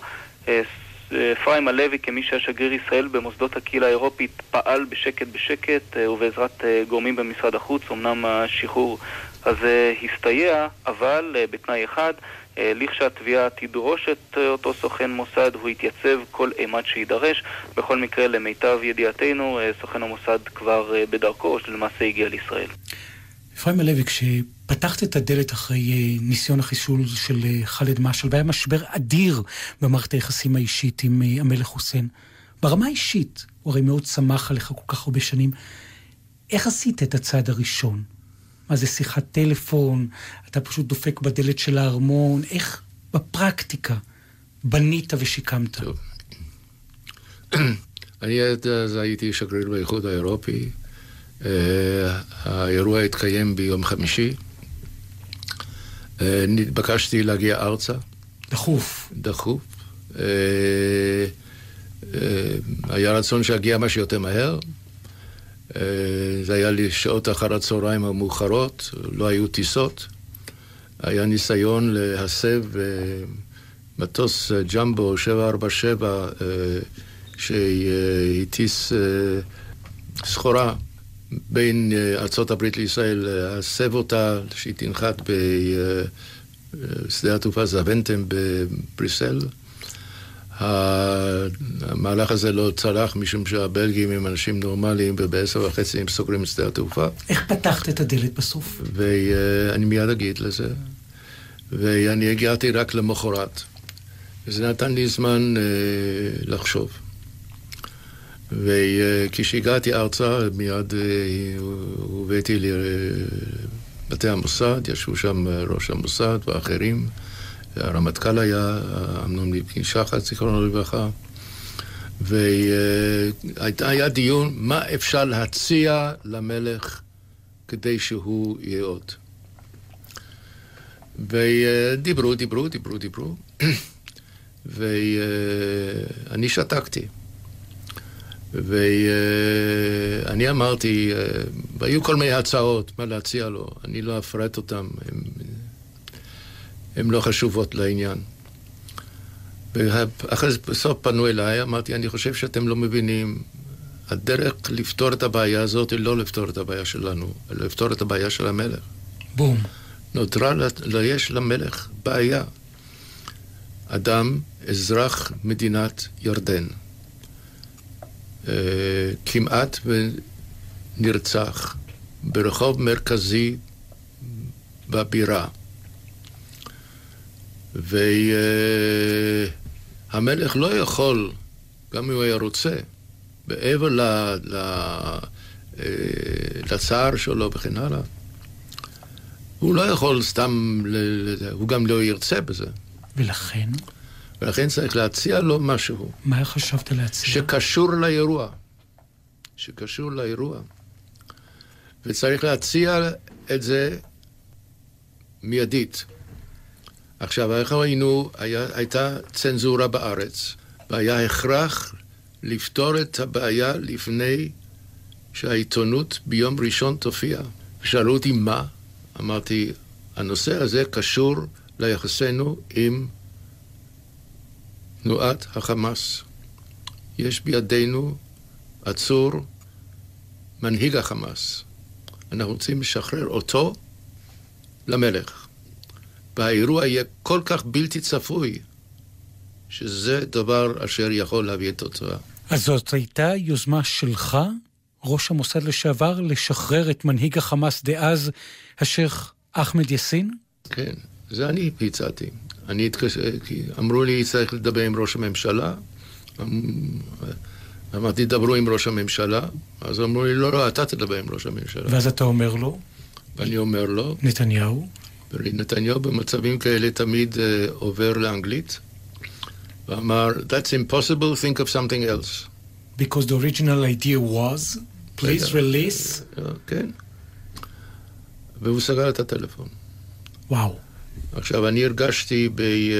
אפרים הלוי, כמי שהשגריר ישראל במוסדות הקהילה האירופית, פעל בשקט ובעזרת גורמים במשרד החוץ. אמנם השחרור הזה הסתייע, אבל בתנאי אחד, לכשהתביעה תדרוש את אותו סוכן מוסד, הוא יתייצב כל אימת שידרש. בכל מקרה, למיטב ידיעתנו, סוכן המוסד כבר בדרכו, שלמעשה הגיע לישראל. אפרים הלוי, כשפתחת את הדלת אחרי ניסיון החיסול של ח'אלד משעל, והיה משבר אדיר במערכת היחסים האישית עם המלך חוסיין, ברמה האישית, הוא הרי מאוד שמח עליך כל כך הרבה שנים, איך עשית את הצעד הראשון? מה זה שיחת טלפון? אתה פשוט דופק בדלת של הארמון? איך בפרקטיקה בנית ושיקמת? טוב. אני הייתי שגריר באיחוד האירופי, האירוע התקיים ביום חמישי, נתבקשתי להגיע ארצה. דחוף. היה רצון שהגיע מה שיותר מהר. זה היה לי שעות אחר הצהריים המאוחרות, לא היו טיסות. היה ניסיון להסב מטוס ג'מבו 747 שהטיס סחורה בין ארצות הברית לישראל, להסב אותה שהיא תנחת בשדה התעופה זוונטם בבריסל. המהלך הזה לא צלח משום שהבלגים הם אנשים נורמליים, וב10:30 הם סוגרים את שדה התעופה. איך פתחת את הדלת בסוף? ואני מיד אגיד לזה. ואני הגעתי רק למחרת. וזה נתן לי זמן לחשוב. וכשהגעתי ארצה, מיד הבאתי לי בתי המוסד, ישבו שם ראש המוסד ואחרים. הרמטכ"ל היה, אמנון ליפקין שחט, זיכרונו לברכה. והיה דיון מה אפשר להציע למלך כדי שהוא יהיה עוד. ודיברו. ואני שתקתי. ואני אמרתי, היו כל מיני הצעות מה להציע לו, אני לא אפרט אותם, הן לא חשובות לעניין. ואחרי זה בסוף פנו אליי, אמרתי, אני חושב שאתם לא מבינים, הדרך לפתור את הבעיה הזאת היא לא לפתור את הבעיה שלנו, אלא לפתור את הבעיה של המלך. בום. נותרה, יש למלך בעיה. אדם, אזרח מדינת ירדן, כמעט ונרצח ברחוב מרכזי בבירה. המלך לא יכול, גם אם הוא היה רוצה, בעבר לצער שלו וכן הלאה, הוא לא יכול סתם, הוא גם לא ירצה בזה. ולכן? ולכן צריך להציע לו משהו. מה חשבת להציע? שקשור לאירוע. וצריך להציע את זה מיידית. עכשיו, ראינו, הייתה צנזורה בארץ, והיה הכרח לפתור את הבעיה לפני שהעיתונות ביום ראשון תופיע. ושאלו אותי מה? אמרתי, הנושא הזה קשור ליחסנו עם תנועת החמאס. יש בידינו עצור מנהיג החמאס. אנחנו רוצים לשחרר אותו למלך. והאירוע יהיה כל כך בלתי צפוי, שזה דבר אשר יכול להביא את תוצאה. אז זאת הייתה יוזמה שלך, ראש המוסד לשעבר, לשחרר את מנהיג החמאס דאז, השייח אחמד יאסין? כן, זה אני הצעתי. אמרו לי, צריך לדבר עם ראש הממשלה. אמרתי, דברו עם ראש הממשלה. אז אמרו לי, לא, אתה תדבר עם ראש הממשלה. ואז אתה אומר לו? ואני אומר לו. נתניהו? נתניהו במצבים כאלה תמיד עובר לאנגלית. ואמר, that's impossible, think of something else. Because the original idea was, please release. כן. והוא סגר את הטלפון. וואו. עכשיו, אני הרגשתי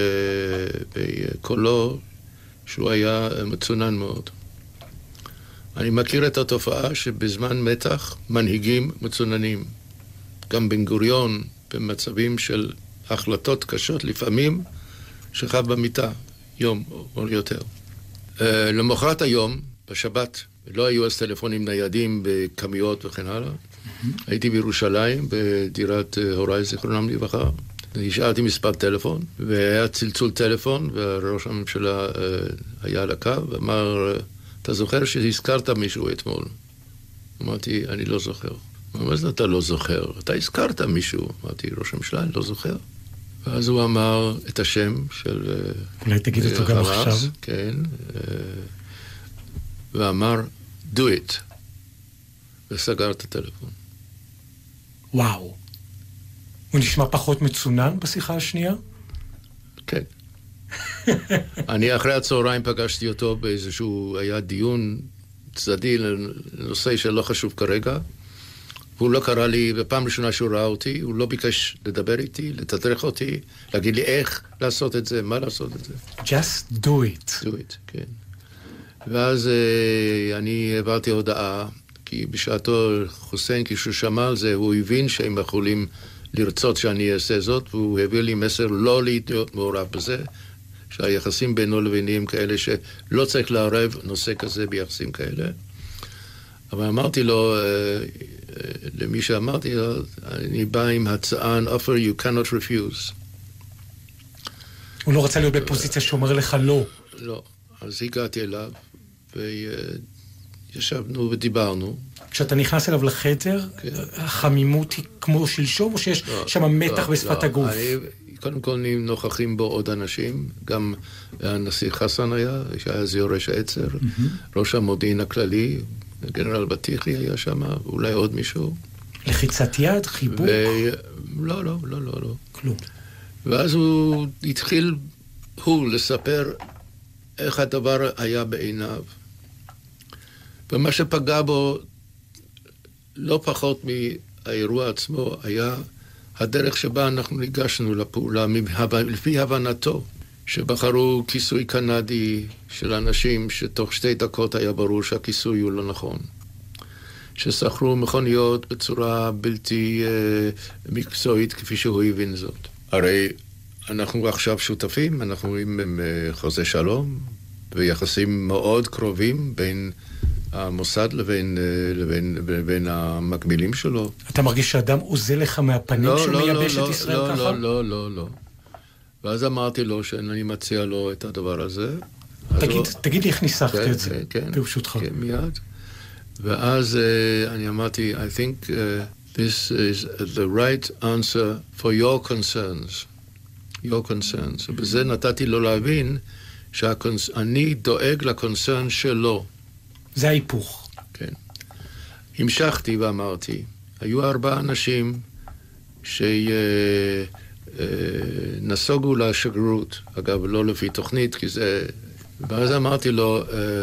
בקולו שהוא היה מצונן מאוד. אני מכיר את התופעה שבזמן מתח מנהיגים מצוננים. גם בן גוריון, במצבים של החלטות קשות, לפעמים שכב במיטה, יום או יותר. למחרת היום, בשבת, לא היו אז טלפונים ניידים בכמיות וכן הלאה. הייתי בירושלים, בדירת הוריי זיכרונם לברכה. השארתי מספר טלפון, והיה צלצול טלפון, וראש הממשלה היה על הקו, ואמר, אתה זוכר שהזכרת מישהו אתמול? אמרתי, אני לא זוכר. מה זה אתה לא זוכר? אתה הזכרת מישהו. אמרתי, ראש הממשלה, אני לא זוכר. ואז הוא אמר את השם של... אולי תגיד אותו גם עכשיו. כן. ואמר, do it. וסגר את הטלפון. וואו. הוא נשמע פחות מצונן בשיחה השנייה? כן. אני אחרי הצהריים פגשתי אותו באיזשהו, היה דיון צדדי לנושא שלא חשוב כרגע. והוא לא קרא לי, בפעם ראשונה שהוא ראה אותי, הוא לא ביקש לדבר איתי, לתדרך אותי, להגיד לי איך לעשות את זה, מה לעשות את זה. Just do it. Do it, כן. ואז אני העברתי הודעה, כי בשעתו חוסיין, כשהוא שמע על זה, הוא הבין שהם יכולים לרצות שאני אעשה זאת, והוא העביר לי מסר לא להיות מעורב בזה, שהיחסים בינו לבינים כאלה שלא צריך לערב נושא כזה ביחסים כאלה. אבל אמרתי לו, למי שאמרתי לו, אני בא עם הצעה, an offer you cannot refuse. הוא לא רצה להיות בפוזיציה שאומר לך לא. לא. אז הגעתי אליו, וישבנו ודיברנו. כשאתה נכנס אליו לחדר, החמימות היא כמו שלשום, או שיש שם מתח בשפת הגוף? קודם כל נוכחים בו עוד אנשים, גם הנשיא חסן היה, שהיה אז יורש העצר, ראש המודיעין הכללי, גנרל בטיחי היה שם, ואולי עוד מישהו. לחיצת יד, חיבוק? לא. כלום. ואז הוא התחיל, לספר איך הדבר היה בעיניו. ומה שפגע בו, לא פחות מהאירוע עצמו, היה הדרך שבה אנחנו ניגשנו לפעולה, לפי הבנתו, שבחרו כיסוי קנדי של אנשים שתוך 2 דקות היה ברור שהכיסוי הוא לא נכון. ששכרו מכוניות בצורה בלתי מקצועית כפי שהוא הבין זאת. הרי אנחנו עכשיו שותפים, אנחנו עם חוזה שלום, ויחסים מאוד קרובים בין המוסד לבין המקבילים שלו. אתה מרגיש שאדם עוזר לך מהפנים שמייבש את ישראל ככה? לא. ואז אמרתי לו שאני מציע לו את הדבר הזה. תגיד לי איך ניסחת את זה, ברשותך. כן, מיד. ואז אני אמרתי, I think this is the right answer for your concerns. ובזה נתתי לו להבין שאני דואג לקונצרן שלו. זה ההיפוך. כן. המשכתי ואמרתי, היו 4 אנשים שנסוגו לשגרירות, אגב, לא לפי תוכנית, כי זה... ואז אמרתי לו,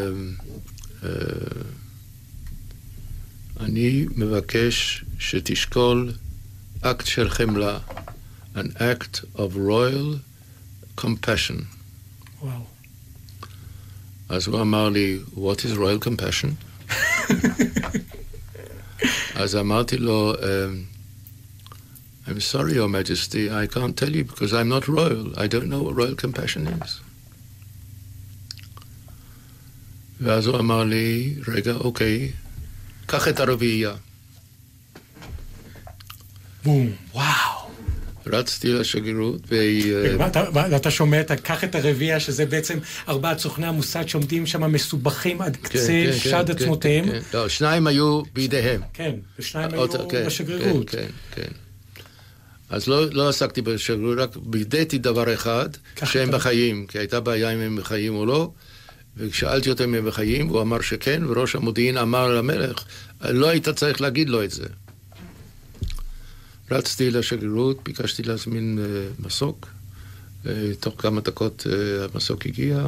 אני מבקש שתשקול אקט של חמלה, an act of royal compassion. וואו. אז הוא אמר לי, what is royal compassion? אז אמרתי לו, I'm sorry, Your Majesty, I can't tell you because I'm not royal. I don't know what royal compassion is. ואז הוא אמר לי, רגע, אוקיי, קח את הרביעייה. בום, וואו. רצתי לשגרירות ואתה שומע, קח את הרביעייה, שזה בעצם 4 סוכני המוסד שעומדים שם מסובכים עד קצה שד עצמותיהם. לא, 2 היו בידיהם. כן, ו2 היו בשגרירות. כן, כן. אז לא עסקתי בשגרירות, רק בידיתי דבר אחד, שהם בחיים, כי הייתה בעיה אם הם בחיים או לא, וכשאלתי אותם אם הם בחיים, הוא אמר שכן, וראש המודיעין אמר למלך, לא היית צריך להגיד לו את זה. רצתי לשגרירות, ביקשתי להזמין מסוק, תוך כמה דקות המסוק הגיע,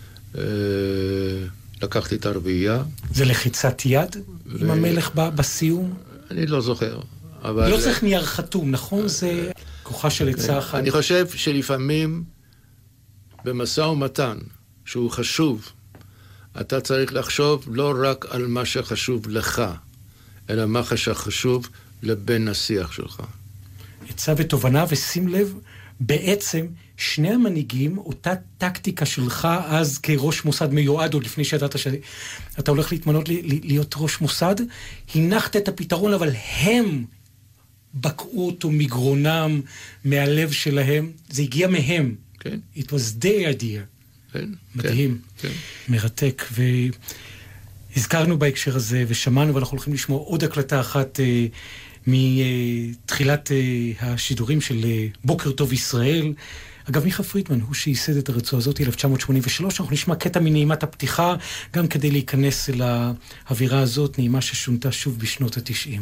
לקחתי את הרביעייה. זה לחיצת יד עם המלך בסיום? אני לא זוכר. אבל... לא צריך נייר חתום, נכון? זה כוחה של עצה אחת. אני חושב שלפעמים במשא ומתן, שהוא חשוב, אתה צריך לחשוב לא רק על מה שחשוב לך, אלא מה שחשוב לבן השיח שלך. עצה ותובנה, ושים לב, בעצם שני המנהיגים, אותה טקטיקה שלך אז כראש מוסד מיועד, עוד לפני שידעת שאתה הולך להתמנות להיות ראש מוסד, הנחת את הפתרון, אבל הם בקעו אותו מגרונם, מהלב שלהם, זה הגיע מהם. כן. It was their idea. כן. מדהים. כן. מרתק. והזכרנו בהקשר הזה, ושמענו, ואנחנו הולכים לשמוע עוד הקלטה אחת מתחילת השידורים של בוקר טוב ישראל. אגב, מיכה פרידמן הוא שייסד את הרצועה הזאת 1983, אנחנו נשמע קטע מנעימת הפתיחה, גם כדי להיכנס אל האווירה הזאת, נעימה ששונתה שוב בשנות ה-90.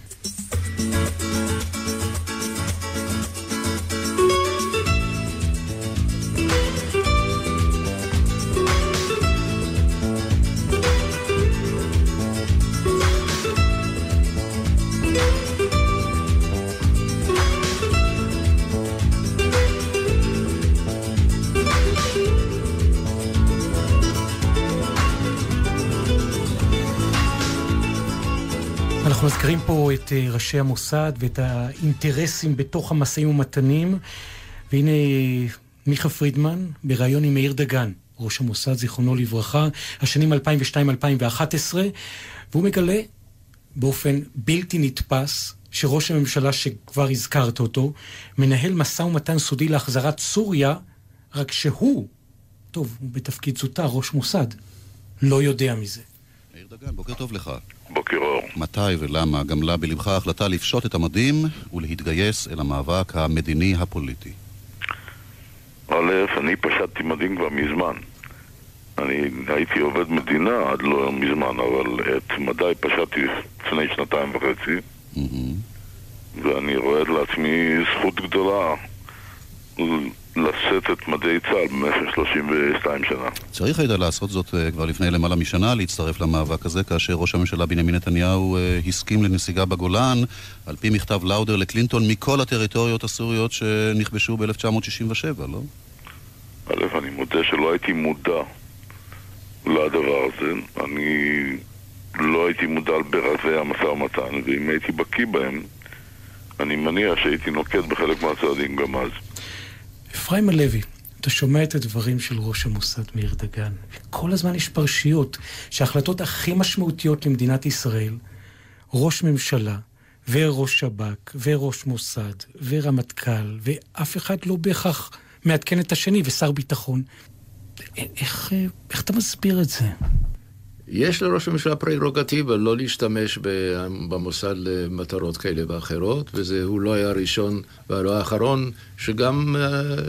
אנחנו מזכירים פה את ראשי המוסד ואת האינטרסים בתוך המשאים ומתנים, והנה מיכה פרידמן בראיון עם מאיר דגן, ראש המוסד זיכרונו לברכה, השנים 2002-2011, והוא מגלה באופן בלתי נתפס שראש הממשלה שכבר הזכרת אותו, מנהל משא ומתן סודי להחזרת סוריה, רק שהוא, טוב, הוא בתפקיד זוטר, ראש מוסד, לא יודע מזה. מאיר דגן, בוקר טוב לך. בוקר אור. מתי ולמה גמלה בלבך ההחלטה לפשוט את המדים ולהתגייס אל המאבק המדיני הפוליטי? אני פשטתי מדים כבר מזמן. אני הייתי עובד מדינה עד לא מזמן, אבל את מדי פשטתי לפני 2.5 ואני רואה לעצמי זכות גדולה לשאת את מדי צה"ל במשך 32 שנה. צריך היית לעשות זאת כבר לפני למעלה משנה, להצטרף למאבק הזה, כאשר ראש הממשלה בנימין נתניהו הסכים לנסיגה בגולן, על פי מכתב לאודר לקלינטון, מכל הטריטוריות הסוריות שנכבשו ב-1967, לא? אני מודה שלא הייתי מודע לדבר הזה. אני לא הייתי מודע ברזי המשא ומתן, ואם הייתי בקיא בהם, אני מניח שהייתי נוקט בחלק מהצעדים גם אז. אפרים הלוי, אתה שומע את הדברים של ראש המוסד מאיר דגן. כל הזמן יש פרשיות שההחלטות הכי משמעותיות למדינת ישראל, ראש ממשלה וראש שב"כ וראש מוסד ורמטכ"ל, ואף אחד לא בהכרח מעדכן את השני, ושר ביטחון. איך אתה מסביר את זה? יש לראש הממשלה פררוגטיבה לא להשתמש במוסד למטרות כאלה ואחרות, וזה הוא לא היה הראשון ולא האחרון, שגם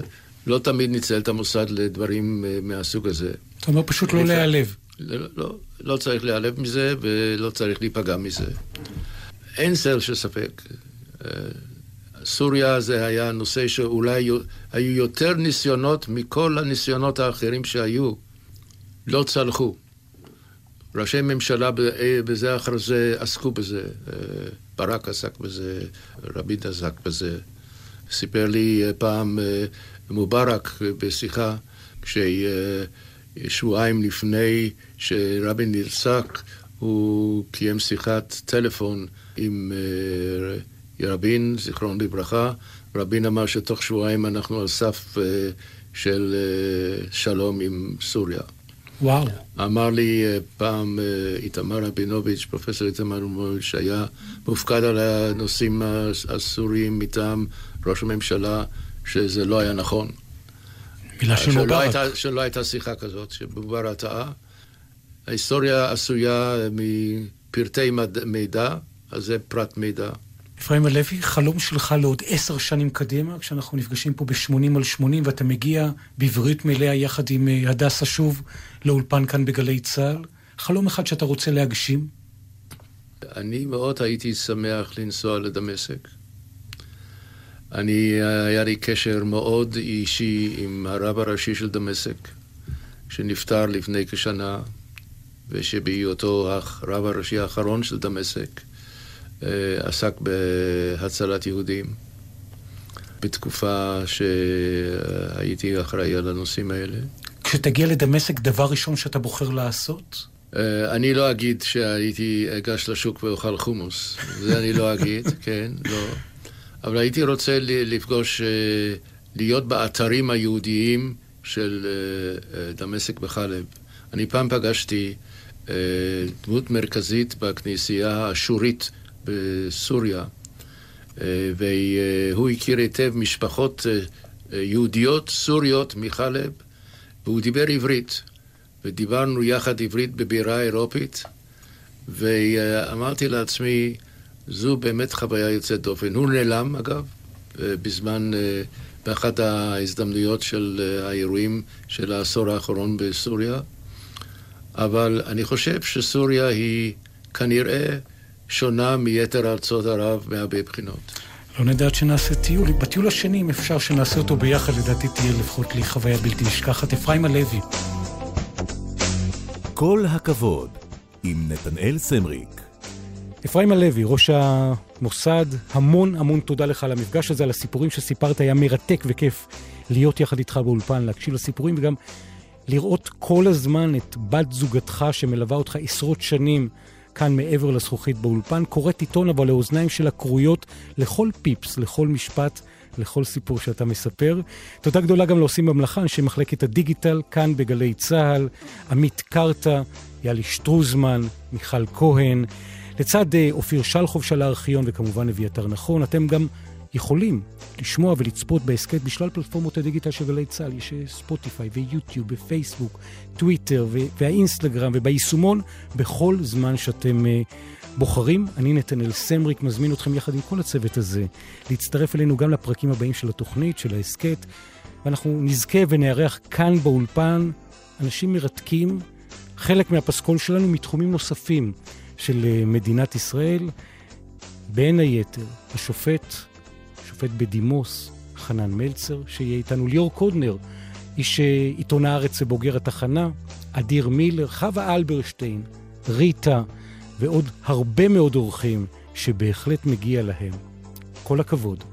לא תמיד ניצל את המוסד לדברים מהסוג הזה. אתה אומר פשוט לא להיעלב. לא צריך להיעלב מזה ולא צריך להיפגע מזה. אין צל של ספק. סוריה זה היה נושא שאולי היו יותר ניסיונות מכל הניסיונות האחרים שהיו. לא צלחו. ראשי ממשלה בזה אחר זה עסקו בזה. ברק עסק בזה, רבין עסק בזה. סיפר לי פעם מובארק בשיחה, כששבועיים לפני שרבין נרצח, הוא קיים שיחת טלפון עם רבין, זיכרון לברכה. רבין אמר שתוך שבועיים אנחנו על סף של שלום עם סוריה. וואו. אמר לי פעם איתמר רבינוביץ', פרופסור איתמר רבינוביץ', שהיה מופקד על הנושאים הסוריים מטעם ראש הממשלה, שזה לא היה נכון. מילה של מובארק. שלא הייתה שיחה כזאת, שמובארק טעה. ההיסטוריה עשויה מפרטי מידע, אז זה פרט מידע. אפרים הלוי, חלום שלך לעוד 10 שנים קדימה, כשאנחנו נפגשים פה ב-80/80, ואתה מגיע בעברית מלאה יחד עם הדסה שוב לאולפן כאן בגלי צהל. חלום אחד שאתה רוצה להגשים? אני מאוד הייתי שמח לנסוע לדמשק. היה לי קשר מאוד אישי עם הרב הראשי של דמשק, שנפטר לפני כשנה, ושבהיותו הרב הראשי האחרון של דמשק, עסק בהצלת יהודים, בתקופה שהייתי אחראי על הנושאים האלה. כשתגיע לדמשק, דבר ראשון שאתה בוחר לעשות? אני לא אגיד שהייתי אגש לשוק ואוכל חומוס. זה אני לא אגיד, כן, לא. אבל הייתי רוצה לפגוש, להיות באתרים היהודיים של דמשק וחלב. אני פעם פגשתי דמות מרכזית בכנסייה האשורית בסוריה, והוא הכיר היטב משפחות יהודיות סוריות מחלב, והוא דיבר עברית, ודיברנו יחד עברית בבירה אירופית, ואמרתי לעצמי, זו באמת חוויה יוצאת דופן. הוא נעלם, אגב, באחת ההזדמנויות של האירועים של העשור האחרון בסוריה, אבל אני חושב שסוריה היא כנראה שונה מיתר ארצות ערב מהרבה בחינות. לא נדעת שנעשה טיול. בטיול השני, אם אפשר שנעשה אותו ביחד, לדעתי תהיה לפחות לי חוויה בלתי נשכחת. אפרים הלוי. כל הכבוד, עם נתנאל סמריק. אפרים הלוי, ראש המוסד, המון תודה לך על המפגש הזה, על הסיפורים שסיפרת. היה מרתק וכיף להיות יחד איתך באולפן, להקשיב לסיפורים, וגם לראות כל הזמן את בת זוגתך שמלווה אותך עשרות שנים כאן מעבר לזכוכית באולפן. קוראת עיתון, אבל לאוזניים שלה קרויות לכל פיפס, לכל משפט, לכל סיפור שאתה מספר. תודה גדולה גם לעושים במלאכה, אנשי מחלקת הדיגיטל, כאן בגלי צהל, עמית קרטה, יאלי שטרוזמן, מיכל כהן, לצד אופיר שלחוב של הארכיון, וכמובן אביתר נכון. אתם גם יכולים לשמוע ולצפות בעסקת בשלל פלטפורמות הדיגיטל של גלי צהל. יש ספוטיפיי ויוטיוב ופייסבוק, טוויטר והאינסטגרם וביישומון בכל זמן שאתם בוחרים. אני נתנאל סמריק, מזמין אתכם יחד עם כל הצוות הזה להצטרף אלינו גם לפרקים הבאים של התוכנית, של העסקת, ואנחנו נזכה ונערך כאן באולפן אנשים מרתקים, חלק מהפסקול שלנו מתחומים נוספים של מדינת ישראל, בין היתר השופט בדימוס חנן מלצר, שיהיה איתנו, ליאור קודנר, איש עיתון הארץ ובוגר התחנה, אדיר מילר, חווה אלברשטיין, ריטה, ועוד הרבה מאוד אורחים שבהחלט מגיע להם. כל הכבוד.